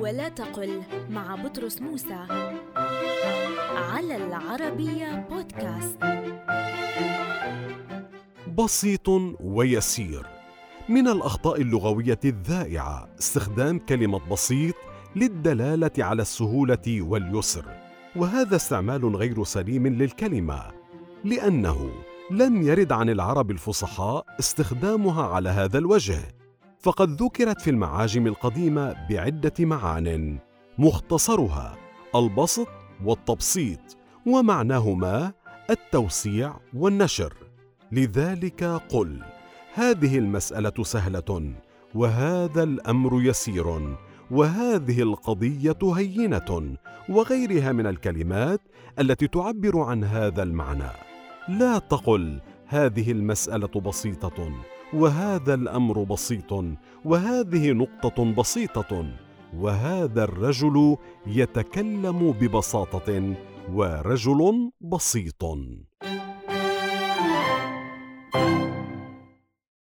ولا تقل مع بطرس موسى على العربية بودكاست. بسيط ويسير. من الأخطاء اللغوية الذائعة استخدام كلمة بسيط للدلالة على السهولة واليسر، وهذا استعمال غير سليم للكلمة، لأنه لم يرد عن العرب الفصحاء استخدامها على هذا الوجه، فقد ذكرت في المعاجم القديمة بعدة معان، مختصرها البسط والتبسيط، ومعناهما التوسيع والنشر. لذلك قل: هذه المسألة سهلة، وهذا الأمر يسير، وهذه القضية هينة، وغيرها من الكلمات التي تعبر عن هذا المعنى. لا تقل هذه المسألة بسيطة، وهذا الأمر بسيط، وهذه نقطة بسيطة، وهذا الرجل يتكلم ببساطة، ورجل بسيط.